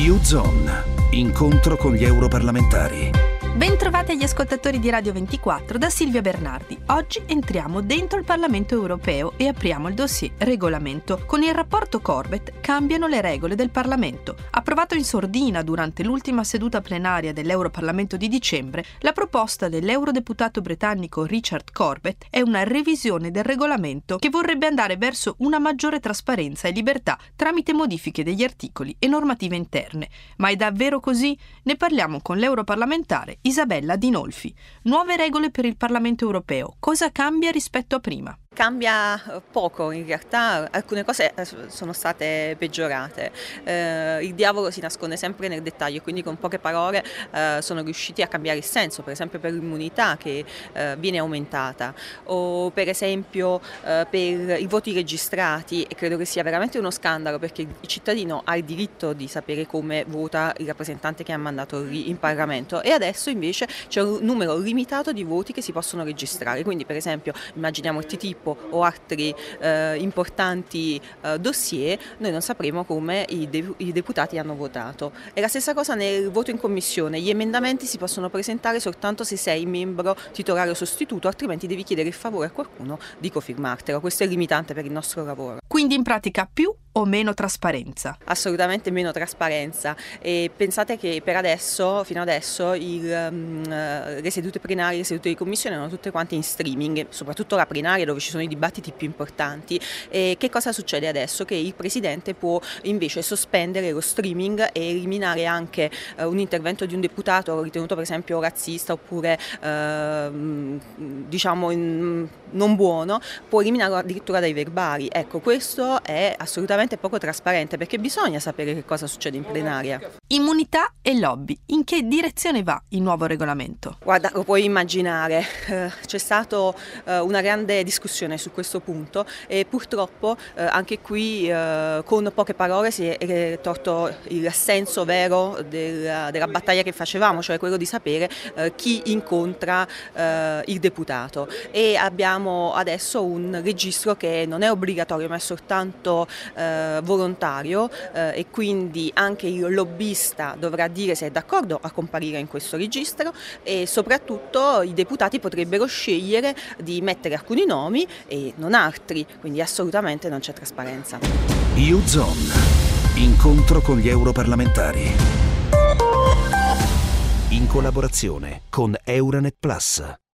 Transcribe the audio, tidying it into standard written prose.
U-Zone, incontro con gli europarlamentari. Bentrovati agli ascoltatori di Radio 24 da Silvia Bernardi. Oggi entriamo dentro il Parlamento europeo e apriamo il dossier regolamento. Con il rapporto Corbett cambiano le regole del Parlamento. Approvato in sordina durante l'ultima seduta plenaria dell'Europarlamento di dicembre, la proposta dell'eurodeputato britannico Richard Corbett è una revisione del regolamento che vorrebbe andare verso una maggiore trasparenza e libertà tramite modifiche degli articoli e normative interne. Ma è davvero così? Ne parliamo con l'europarlamentare Isabella Dinolfi. Nuove regole per il Parlamento europeo. Cosa cambia rispetto a prima? Cambia poco, in realtà alcune cose sono state peggiorate. Il diavolo si nasconde sempre nel dettaglio, quindi con poche parole sono riusciti a cambiare il senso, per esempio per l'immunità che viene aumentata, o per esempio per i voti registrati, e credo che sia veramente uno scandalo perché il cittadino ha il diritto di sapere come vota il rappresentante che ha mandato lì in Parlamento, e adesso invece c'è un numero limitato di voti che si possono registrare, quindi per esempio immaginiamo il TTIP o altri importanti dossier, noi non sapremo come i deputati hanno votato. E la stessa cosa nel voto in commissione: gli emendamenti si possono presentare soltanto se sei membro titolare o sostituto, altrimenti devi chiedere il favore a qualcuno di cofirmartelo. Questo è limitante per il nostro lavoro. Quindi in pratica più o meno trasparenza? Assolutamente meno trasparenza, e pensate che per adesso, fino adesso, le sedute plenarie, le sedute di commissione erano tutte quante in streaming, soprattutto la plenaria dove ci sono i dibattiti più importanti. E che cosa succede adesso? Che il Presidente può invece sospendere lo streaming e eliminare anche un intervento di un deputato ritenuto per esempio razzista oppure non buono, può eliminarlo addirittura dai verbali. Ecco, questo è assolutamente poco trasparente perché bisogna sapere che cosa succede in plenaria. Immunità e lobby. In che direzione va il nuovo regolamento? Guarda, lo puoi immaginare, c'è stata una grande discussione su questo punto e purtroppo anche qui con poche parole si è tolto il senso vero della battaglia che facevamo, cioè quello di sapere chi incontra il deputato, e abbiamo adesso un registro che non è obbligatorio ma è soltanto volontario, e quindi anche il lobbista dovrà dire se è d'accordo a comparire in questo registro, e soprattutto i deputati potrebbero scegliere di mettere alcuni nomi e non altri, quindi assolutamente non c'è trasparenza. U-Zone, incontro con gli europarlamentari. In collaborazione con Euranet Plus.